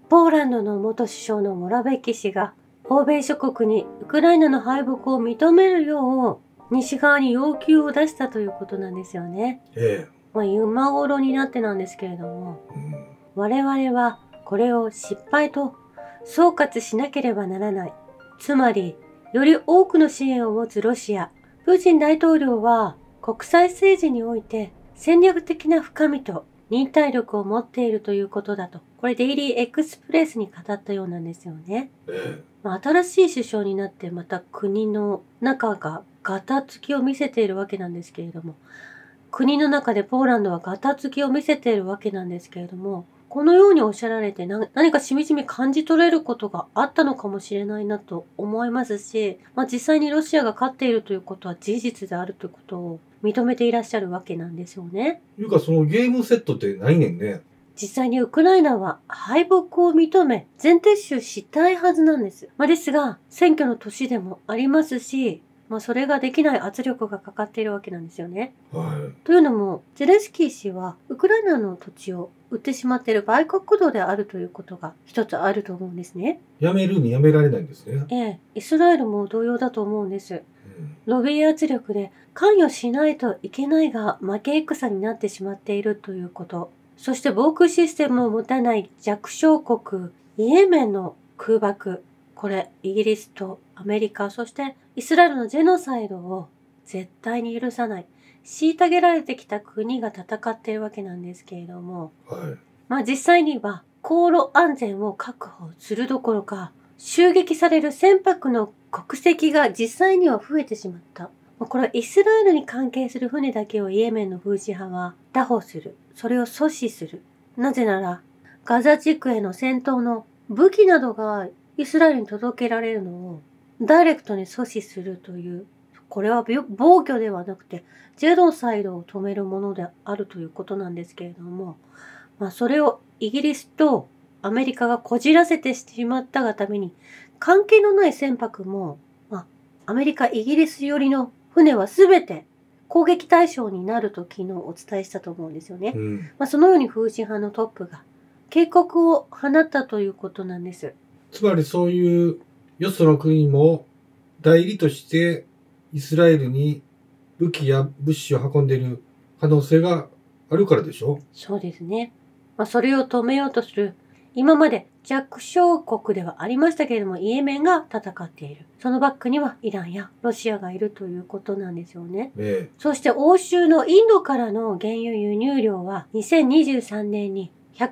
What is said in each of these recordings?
ポーランドの元首相のモラベッキ氏が欧米諸国にウクライナの敗北を認めるよう西側に要求を出したということなんですよね。今頃になってなんですけれども、我々はこれを失敗と総括しなければならない。つまり、より多くの支援を持つロシア、プーチン大統領は国際政治において戦略的な深みと忍耐力を持っているということだと。これデイリーエクスプレスに語ったようなんですよね。新しい首相になってまた国の中がガタつきを見せているわけなんですけれども、国の中でポーランドはガタつきを見せているわけなんですけれども、このようにおっしゃられて何かしみじみ感じ取れることがあったのかもしれないなと思いますし、実際にロシアが勝っているということは事実であるということを認めていらっしゃるわけなんですよね。 いうかそのゲームセットってないねんね。 実際にウクライナは敗北を認め全撤収したいはずなんです。ですが選挙の年でもありますし、それができない圧力がかかっているわけなんですよね。というのも、ゼレンスキー氏はウクライナの土地を売ってしまっている売国奴であるということが一つあると思うんですね。 やめるにやめられないんですね。 イスラエルも同様だと思うんです。ロビー圧力で関与しないといけないが負け戦になってしまっているということ。そして防空システムを持たない弱小国、イエメンの空爆。これ、イギリスとアメリカ、そしてイスラエルのジェノサイドを絶対に許さない。虐げられてきた国が戦っているわけなんですけれども、実際には航路安全を確保するどころか、襲撃される船舶の国籍が実際には増えてしまった。これはイスラエルに関係する船だけをイエメンのフーシ派は拿捕する。それを阻止する。なぜなら、ガザ地区への戦闘の武器などがイスラエルに届けられるのをダイレクトに阻止するという、これは暴挙ではなくてジェノサイドを止めるものであるということなんですけれども、それをイギリスとアメリカがこじらせてしまったがために、関係のない船舶も、アメリカ、イギリス寄りの船は全て攻撃対象になると昨日お伝えしたと思うんですよね。そのように風刺派のトップが警告を放ったということなんです。 つまりそういうよその国も代理としてイスラエルに武器や物資を運んでいる可能性があるからでしょ？ そうですね。それを止めようとする今まで弱小国ではありましたけれども、イエメンが戦っている。そのバックにはイランやロシアがいるということなんですよね。そして欧州のインドからの原油輸入量は2023年に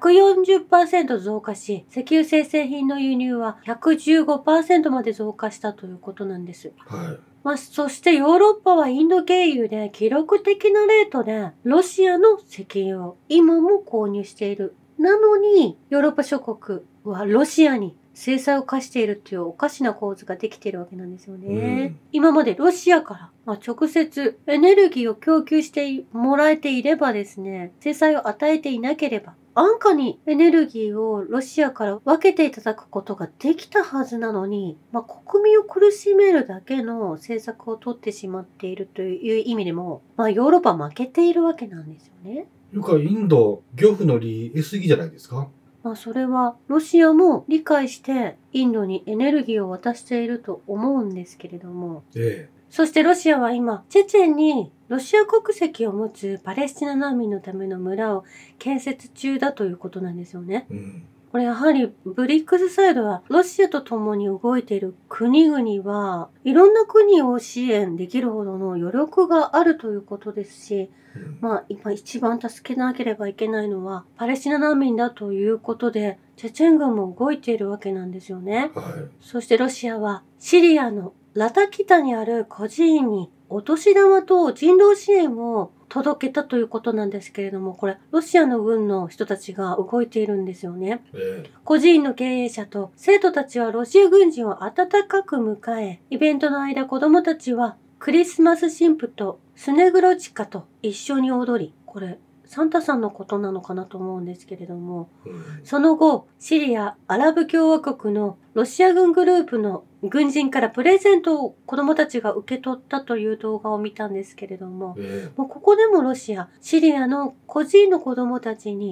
140% 増加し、石油精製品の輸入は 115% まで増加したということなんです。そしてヨーロッパはインド経由で記録的なレートでロシアの石油を今も購入している。なのにヨーロッパ諸国はロシアに制裁を科しているというおかしな構図ができているわけなんですよね。今までロシアから直接エネルギーを供給してもらえていればですね、制裁を与えていなければ安価にエネルギーをロシアから分けていただくことができたはずなのに、国民を苦しめるだけの政策を取ってしまっているという意味でも、ヨーロッパは負けているわけなんですよね。 インド、漁夫の利得すぎじゃないですか？ それはロシアも理解してインドにエネルギーを渡していると思うんですけれども、そしてロシアは今、チェチェンにロシア国籍を持つパレスチナ難民のための村を建設中だということなんですよね。これやはりブリックスサイドはロシアと共に動いている国々はいろんな国を支援できるほどの余力があるということですし、今一番助けなければいけないのはパレスチナ難民だということで、チェチェン軍も動いているわけなんですよね。そしてロシアはシリアのラタキタにある孤児院にお年玉と人道支援を届けたということなんですけれども、これロシアの軍の人たちが動いているんですよね。孤児院の経営者と生徒たちはロシア軍人を温かく迎え、イベントの間子供たちはクリスマス神父とスネグロチカと一緒に踊り、これサンタさんのことなのかなと思うんですけれども、その後シリアアラブ共和国のロシア軍グループの軍人からプレゼントを子供たちが受け取ったという動画を見たんですけれども、もうここでもロシア、シリアの孤児院の子供たちに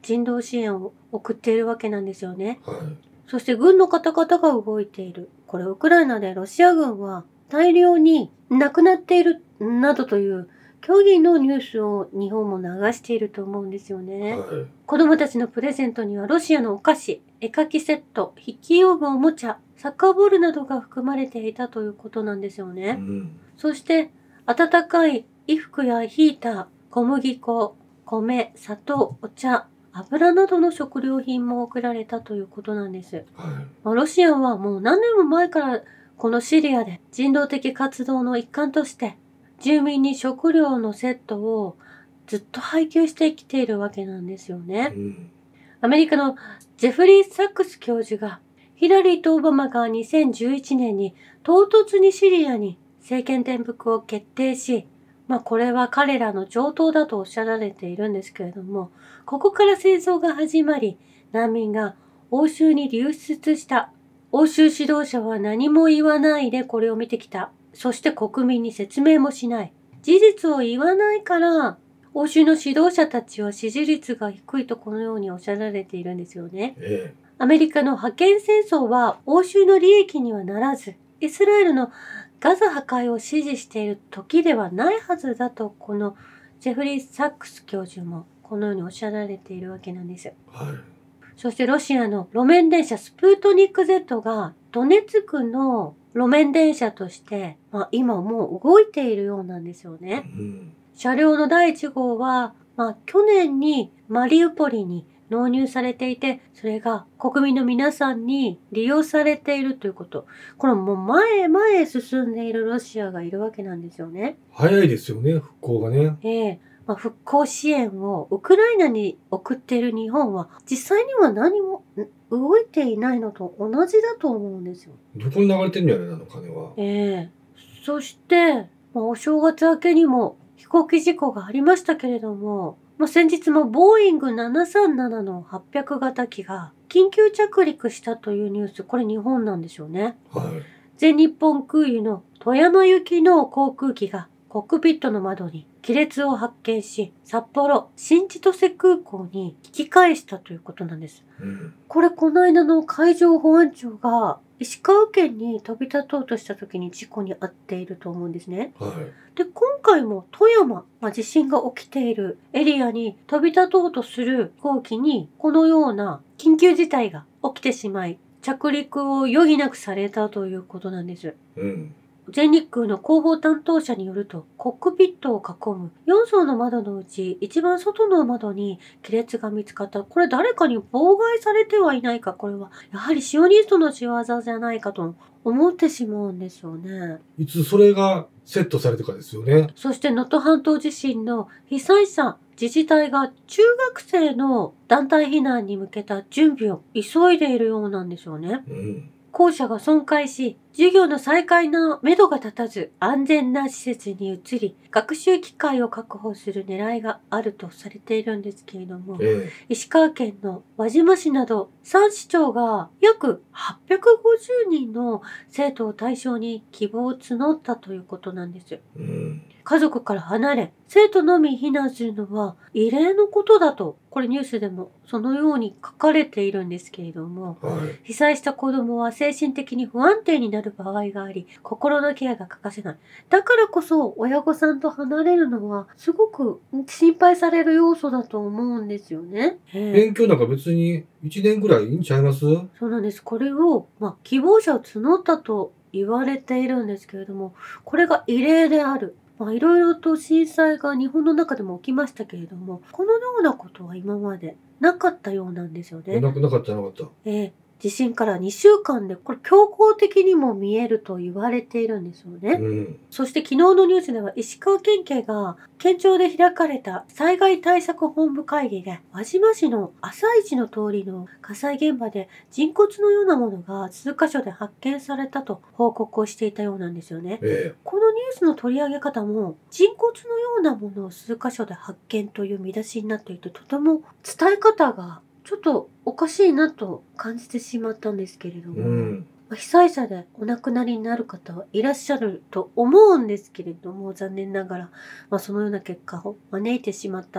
人道支援を送っているわけなんですよね。 はい。 そして軍の方々が動いている。これウクライナでロシア軍は大量に亡くなっているなどという虚偽のニュースを日本も流していると思うんですよね。 はい。 子供たちのプレゼントにはロシアのお菓子、絵描きセット、筆記用具おもちゃ、サッカーボールなどが含まれていたということなんですよね。そして温かい衣服やヒーター、小麦粉、米、砂糖、お茶、油などの食料品も送られたということなんです。ロシアはもう何年も前からこのシリアで人道的活動の一環として住民に食料のセットをずっと配給してきているわけなんですよね。アメリカのジェフリー・サックス教授がヒラリーとオバマが2011年に唐突にシリアに政権転覆を決定し、これは彼らの上等だとおっしゃられているんですけれども、ここから戦争が始まり、難民が欧州に流出した。欧州指導者は何も言わないでこれを見てきた。そして国民に説明もしない。事実を言わないから、欧州の指導者たちは支持率が低いとこのようにおっしゃられているんですよね。アメリカの覇権戦争は欧州の利益にはならず、イスラエルのガザ破壊を支持している時ではないはずだと、このジェフリー・サックス教授もこのようにおっしゃられているわけなんです。そしてロシアの路面電車スプートニク Z がドネツクの路面電車として、今もう動いているようなんですよね。車両の第1号は、去年にマリウポリに納入されていて、それが国民の皆さんに利用されているということ。これもう前へ進んでいるロシアがいるわけなんですよね。 早いですよね、復興がね。 復興支援をウクライナに送っている日本は実際には何も動いていないのと同じだと思うんですよ。 どこに流れてるんやろな、金は。 そして、お正月明けにも飛行機事故がありましたけれども、先日もボーイング737の800型機が緊急着陸したというニュース、これ日本なんでしょうね。全日本空輸の富山行きの航空機がコックピットの窓に亀裂を発見し、札幌、新千歳空港に引き返したということなんです。これこの間の海上保安庁が石川県に飛び立とうとした時に事故に遭っていると思うんですね。で、今回も富山、地震が起きているエリアに飛び立とうとする飛行機にこのような緊急事態が起きてしまい、着陸を余儀なくされたということなんです。全日空の広報担当者によると、コックピットを囲む4層の窓のうち一番外の窓に亀裂が見つかった。これ誰かに妨害されてはいないか、これはやはりシオニストの仕業じゃないかと思ってしまうんですよね。 いつそれがセットされてかですよね。 そして能登半島地震の被災者、自治体が中学生の団体避難に向けた準備を急いでいるようなんですよね。校舎が損壊し、授業の再開の目処が立たず、安全な施設に移り、学習機会を確保する狙いがあるとされているんですけれども、石川県の輪島市など3市町が約850人の生徒を対象に希望を募ったということなんです。家族から離れ、生徒のみ避難するのは異例のことだと、これニュースでもそのように書かれているんですけれども、被災した子供は精神的に不安定になる場合があり、心のケアが欠かせない。だからこそ親御さんと離れるのはすごく心配される要素だと思うんですよね。 勉強なんか別に1年ぐらいいいんちゃいます？ そうなんです。これを、希望者を募ったと言われているんですけれども、これが異例である。いろいろと震災が日本の中でも起きましたけれども、このようなことは今までなかったようなんですよね。 なかった。 地震から2週間で、これ強行的にも見えると言われているんですよね。そして昨日のニュースでは石川県警が県庁で開かれた災害対策本部会議で、輪島市の朝市の通りの火災現場で人骨のようなものが数カ所で発見されたと報告をしていたようなんですよね。このニュースの取り上げ方も、人骨のようなものを数カ所で発見という見出しになっていて、とても伝え方がちょっとおかしいなと感じてしまったんですけれども、被災者でお亡くなりになる方はいらっしゃると思うんですけれども、残念ながら、そのような結果を招いてしまった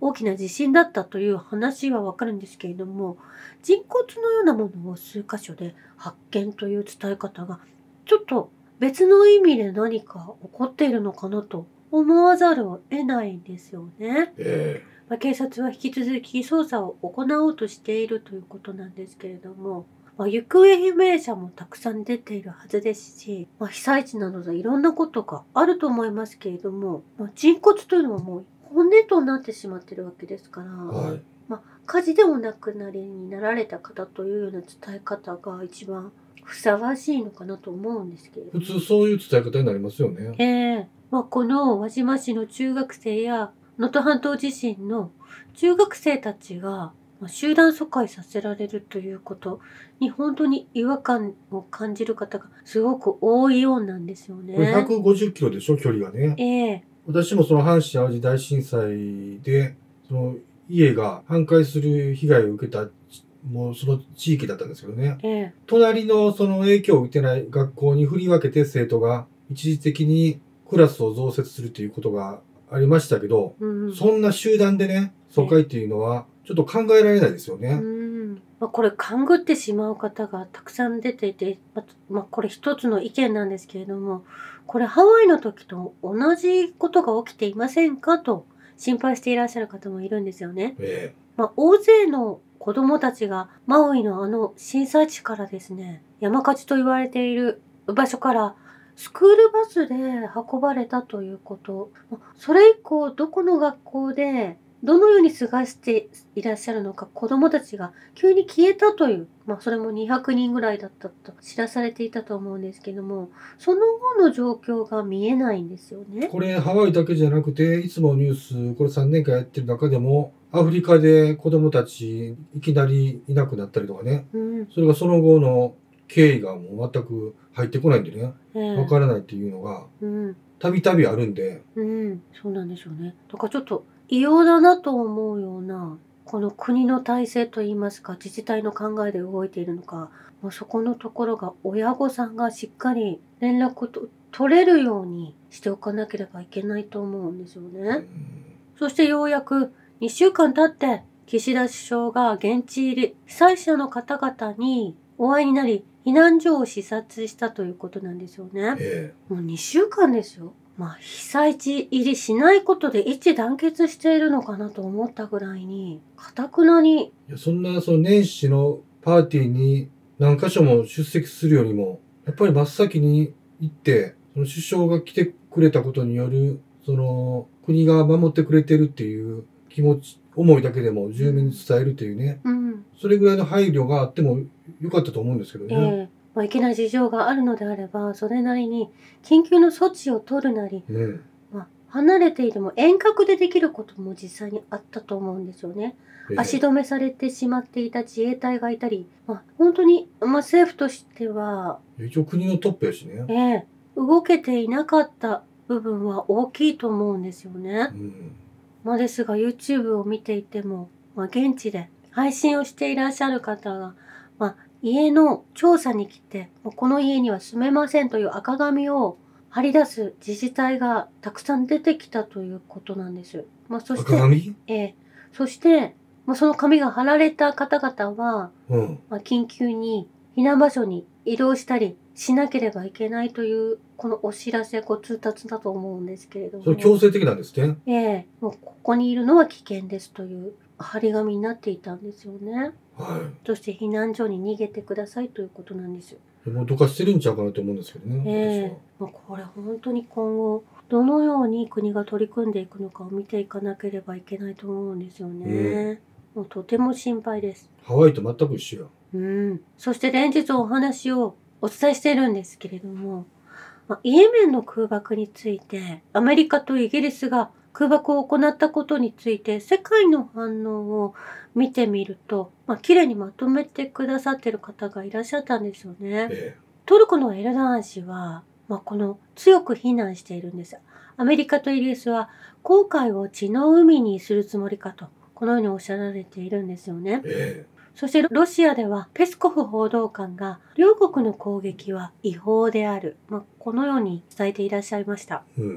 大きな地震だったという話はわかるんですけれども、人骨のようなものを数箇所で発見という伝え方が、ちょっと別の意味で何か起こっているのかなと思わざるを得ないんですよね。警察は引き続き捜査を行おうとしているということなんですけれども、行方不明者もたくさん出ているはずですし、被災地などでいろんなことがあると思いますけれども、人骨というのはもう骨となってしまっているわけですから、火事でお亡くなりになられた方というような伝え方が一番ふさわしいのかなと思うんですけれども。 普通そういう伝え方になりますよね。 この輪島市の中学生や能登半島地震の中学生たちが集団疎開させられるということに本当に違和感を感じる方がすごく多いようなんですよね。 これ150キロでしょ、距離がね。私もその阪神淡路大震災で、その家が半壊する被害を受けた、もうその地域だったんですけどね。隣のその影響を受けてない学校に振り分けて生徒が一時的にクラスを増設するということがありましたけど、そんな集団でね、疎開っていうのはちょっと考えられないですよね。 これ勘ぐってしまう方がたくさん出ていて、これ一つの意見なんですけれども、これハワイの時と同じことが起きていませんかと心配していらっしゃる方もいるんですよね。大勢の子供たちがマウイのあの震災地からですね、山火事と言われている場所からスクールバスで運ばれたということ。それ以降どこの学校でどのように過ごしていらっしゃるのか、子供たちが急に消えたという、それも200人ぐらいだったと知らされていたと思うんですけども、その後の状況が見えないんですよね。 これハワイだけじゃなくて、いつもニュース、これ3年間やってる中でも、アフリカで子供たちいきなりいなくなったりとかね。それがその後の経緯がもう全く入ってこないんでね、わからないっていうのが、たびたびあるんで。 そうなんでしょうね。だからちょっと異様だなと思うような、この国の体制といいますか、自治体の考えで動いているのか、そこのところが親御さんがしっかり連絡を取れるようにしておかなければいけないと思うんですよね。そしてようやく2週間経って岸田首相が現地入り、被災者の方々にお会いになり、避難所を視察したということなんですよね。もう2週間ですよ。被災地入りしないことで一致団結しているのかなと思ったぐらいに、頑なに。 そんなその年始のパーティーに何箇所も出席するよりも、やっぱり真っ先に行って、その首相が来てくれたことによる、その国が守ってくれてるっていう気持ち、思いだけでも住民に伝えるっていうね、それぐらいの配慮があってもよかったと思うんですけどね。 いけない事情があるのであれば、それなりに緊急の措置を取るなり、離れていても遠隔でできることも実際にあったと思うんですよね。足止めされてしまっていた自衛隊がいたり、本当に、政府としては、 一応国のトップやしね。 動けていなかった部分は大きいと思うんですよね。ですが YouTube を見ていても、現地で配信をしていらっしゃる方が、家の調査に来て、この家には住めませんという赤紙を貼り出す自治体がたくさん出てきたということなんです。そして、 赤紙？ そして、その紙が貼られた方々は、緊急に避難場所に移動したりしなければいけないという、このお知らせ、通達だと思うんですけれども。 それ強制的なんですね。 もうここにいるのは危険ですという張り紙になっていたんですよね。そして避難所に逃げてくださいということなんですよ。 もうどかしてるんちゃうかなと思うんですけどね。 これ本当に今後どのように国が取り組んでいくのかを見ていかなければいけないと思うんですよね。もうとても心配です。 ハワイと全く一緒や。そして連日お話をお伝えしているんですけれども、イエメンの空爆についてアメリカとイギリスが空爆を行ったことについて世界の反応を見てみると、綺麗にまとめてくださっている方がいらっしゃったんですよね。トルコのエルドアン氏は、この強く非難しているんです。アメリカとイギリスは航海を血の海にするつもりかと、このようにおっしゃられているんですよね。そしてロシアではペスコフ報道官が両国の攻撃は違法である、このように伝えていらっしゃいました。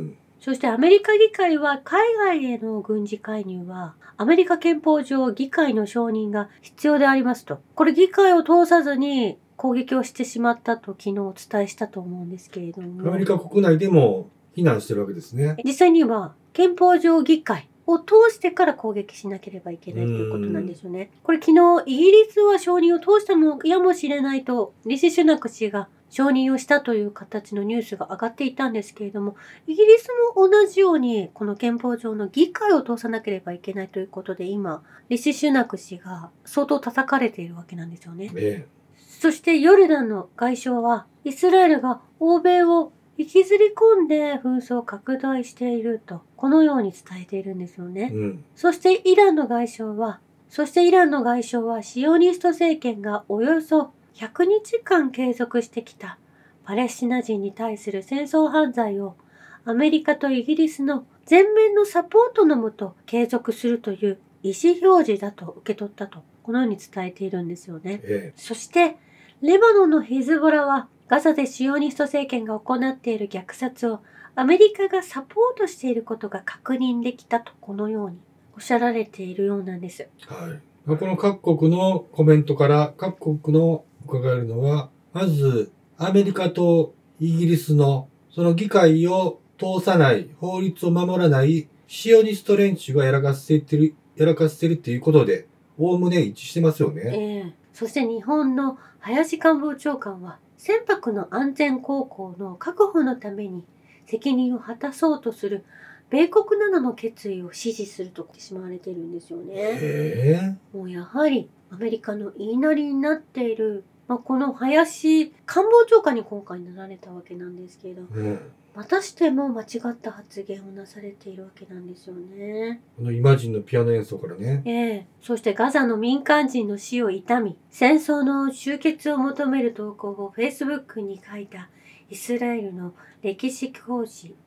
そしてアメリカ議会は海外への軍事介入はアメリカ憲法上議会の承認が必要でありますと。これ議会を通さずに攻撃をしてしまったと昨日お伝えしたと思うんですけれども。 アメリカ国内でも非難してるわけですね。 実際には憲法上議会を通してから攻撃しなければいけないということなんですよね。これ昨日イギリスは承認を通したのやもしれないとリシ・シュナク氏が承認をしたという形のニュースが上がっていたんですけれども、イギリスも同じようにこの憲法上の議会を通さなければいけないということで今リシ・シュナク氏が相当叩かれているわけなんですよね。そしてヨルダンの外相はイスラエルが欧米を引きずり込んで紛争を拡大しているとこのように伝えているんですよね。そしてイランの外相はシオニスト政権がおよそ100日間継続してきたパレスチナ人に対する戦争犯罪をアメリカとイギリスの全面のサポートのもと継続するという意思表示だと受け取ったとこのように伝えているんですよね。そしてレバノンのヒズボラはガザでシオニスト政権が行っている虐殺をアメリカがサポートしていることが確認できたとこのようにおっしゃられているようなんです。 この各国のコメントから各国の伺えるのは、まずアメリカとイギリスのその議会を通さない、法律を守らないシオニスト連中がやらかしてるっていうことで、おおむね一致してますよね。 そして日本の林官房長官は、船舶の安全航行の確保のために責任を果たそうとする米国などの決意を支持するとしまわれているんですよね。もうやはりアメリカの言いなりになっている、この林官房長官に今回なられたわけなんですけれど、またしても間違った発言をなされているわけなんですよね。 このイマジンのピアノ演奏からね。そしてガザの民間人の死を悼み、戦争の終結を求める投稿を Facebook に書いたイスラエルの歴史教師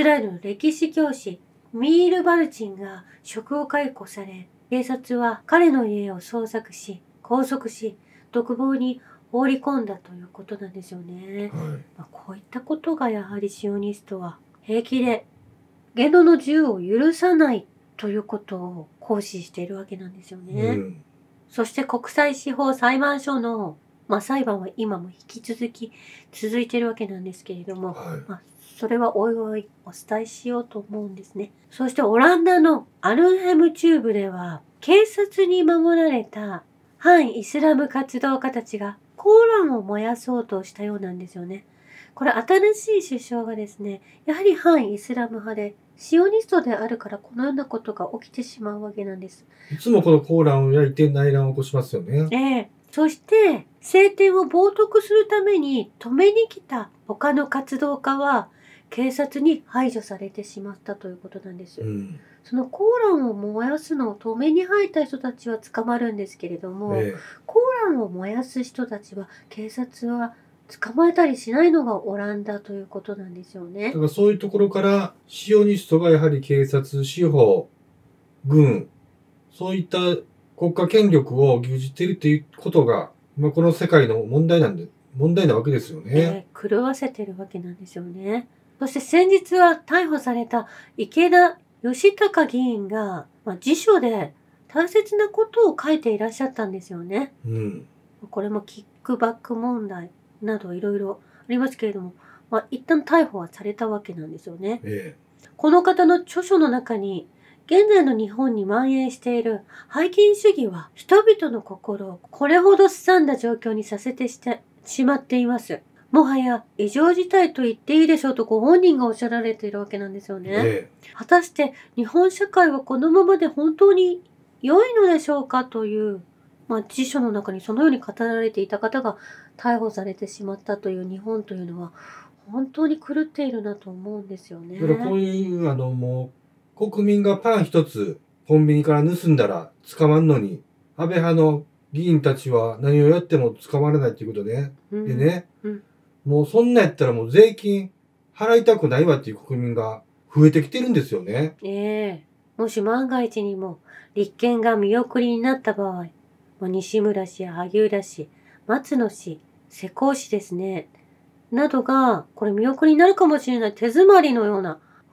ミール・バルチンが職を解雇され、警察は彼の家を捜索し、拘束し、独房に放り込んだということなんですよね。こういったことがやはりシオニストは平気で言論の自由を許さないということを行使しているわけなんですよね。そして国際司法裁判所の、裁判は今も引き続き続いているわけなんですけれども、それはおいおいお伝えしようと思うんですね。そしてオランダのアルンヘム中部では警察に守られた反イスラム活動家たちがコーランを燃やそうとしたようなんですよね。これ新しい首相がですね、やはり反イスラム派でシオニストであるからこのようなことが起きてしまうわけなんです。 いつもこのコーランを焼いて内乱を起こしますよね。 そして政権を冒涜するために止めに来た他の活動家は警察に排除されてしまったということなんです。そのコーランを燃やすのを止めに入った人たちは捕まるんですけれども、コーランを燃やす人たちは警察は捕まえたりしないのがオランダということなんですよね。 だからそういうところからシオニストがやはり警察、司法、軍、そういった国家権力を牛耳っているということが、この世界の問題なわけですよね。 狂わせてるわけなんですよね。そして先日は逮捕された池田義孝議員が、辞書で大切なことを書いていらっしゃったんですよね。これもキックバック問題などいろいろありますけれども、一旦逮捕はされたわけなんですよね。この方の著書の中に、現在の日本に蔓延している拝金主義は人々の心をこれほどすさんだ状況にさせてしまっています。もはや異常事態と言っていいでしょうとご本人がおっしゃられているわけなんですよね。果たして日本社会はこのままで本当に良いのでしょうかという、辞書の中にそのように語られていた方が逮捕されてしまったという日本というのは本当に狂っているなと思うんですよね。 だからこういうもう国民がパン一つコンビニから盗んだら捕まんのに、安倍派の議員たちは何をやっても捕まらないっていうことで、でね、もうそんなやったらもう税金払いたくないわっていう国民が増えてきてるんですよね。 もし万が一にも立憲が見送りになった場合、西村氏や萩生田氏、松野氏、世耕氏ですね、などがこれ見送りになるかもしれない手詰まりのような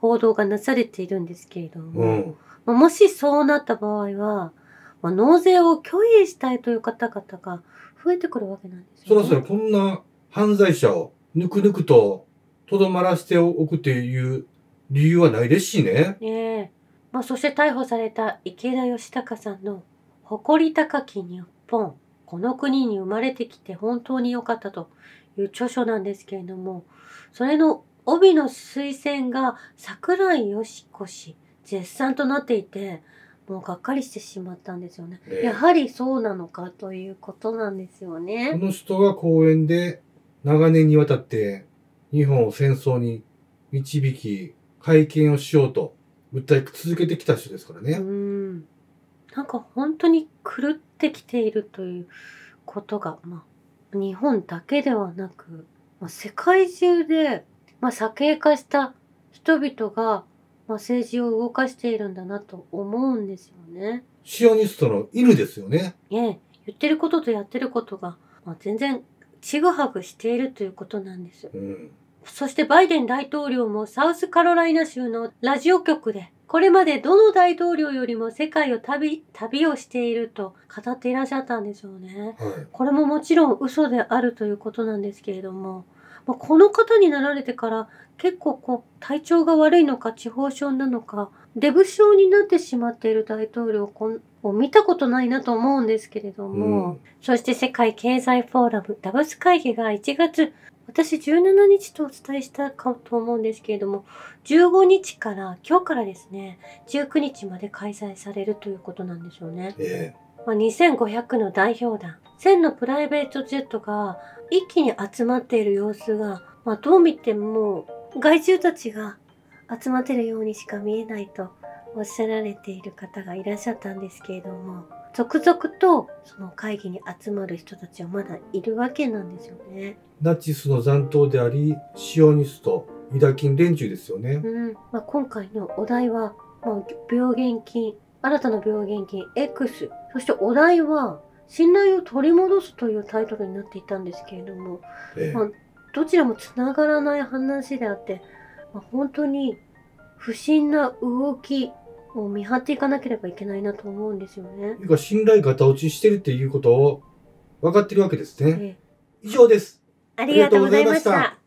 報道がなされているんですけれども、もしそうなった場合は、納税を拒否したいという方々が増えてくるわけなんですよね。 そろそろこんな犯罪者をぬくぬくととどまらせておくっていう理由はないですしね。 そして逮捕された池田義孝さんの誇り高き日本、この国に生まれてきて本当に良かったという著書なんですけれども、それの帯の推薦が櫻井よし子氏絶賛となっていて、もうがっかりしてしまったんですよね。やはりそうなのかということなんですよね。 この人が講演で長年にわたって日本を戦争に導き、改憲をしようと訴え続けてきた人ですからね。 なんか本当に狂ってきているということが、日本だけではなく、世界中で、左傾化した人々が、政治を動かしているんだなと思うんですよね。 シオニストの犬ですよね。 言ってることとやってることが、全然ちぐはぐしているということなんです。そしてバイデン大統領もサウスカロライナ州のラジオ局で、これまでどの大統領よりも世界を旅をしていると語っていらっしゃったんでしょうね。これももちろん嘘であるということなんですけれども、この方になられてから結構体調が悪いのか痴呆症なのか、デブ症になってしまっている大統領を見たことないなと思うんですけれども、そして世界経済フォーラムダボス会議が1月、私17日とお伝えしたかと思うんですけれども、15日から今日からですね、19日まで開催されるということなんでしょうね。2500の代表団、1000のプライベートジェットが一気に集まっている様子が、どう見ても害獣たちが集まっているようにしか見えないとおっしゃられている方がいらっしゃったんですけれども、続々とその会議に集まる人たちはまだいるわけなんですよね。 ナチスの残党であり、シオニスト、ユダキン連中ですよね。 今回のお題は、病原菌、新たな病原菌 X、そしてお題は信頼を取り戻すというタイトルになっていたんですけれども、どちらもつながらない話であって、本当に不審な動きを見張っていかなければいけないなと思うんですよね。 信頼型落ちしてるっていうことを分かってるわけですね。以上です。 ありがとうございました。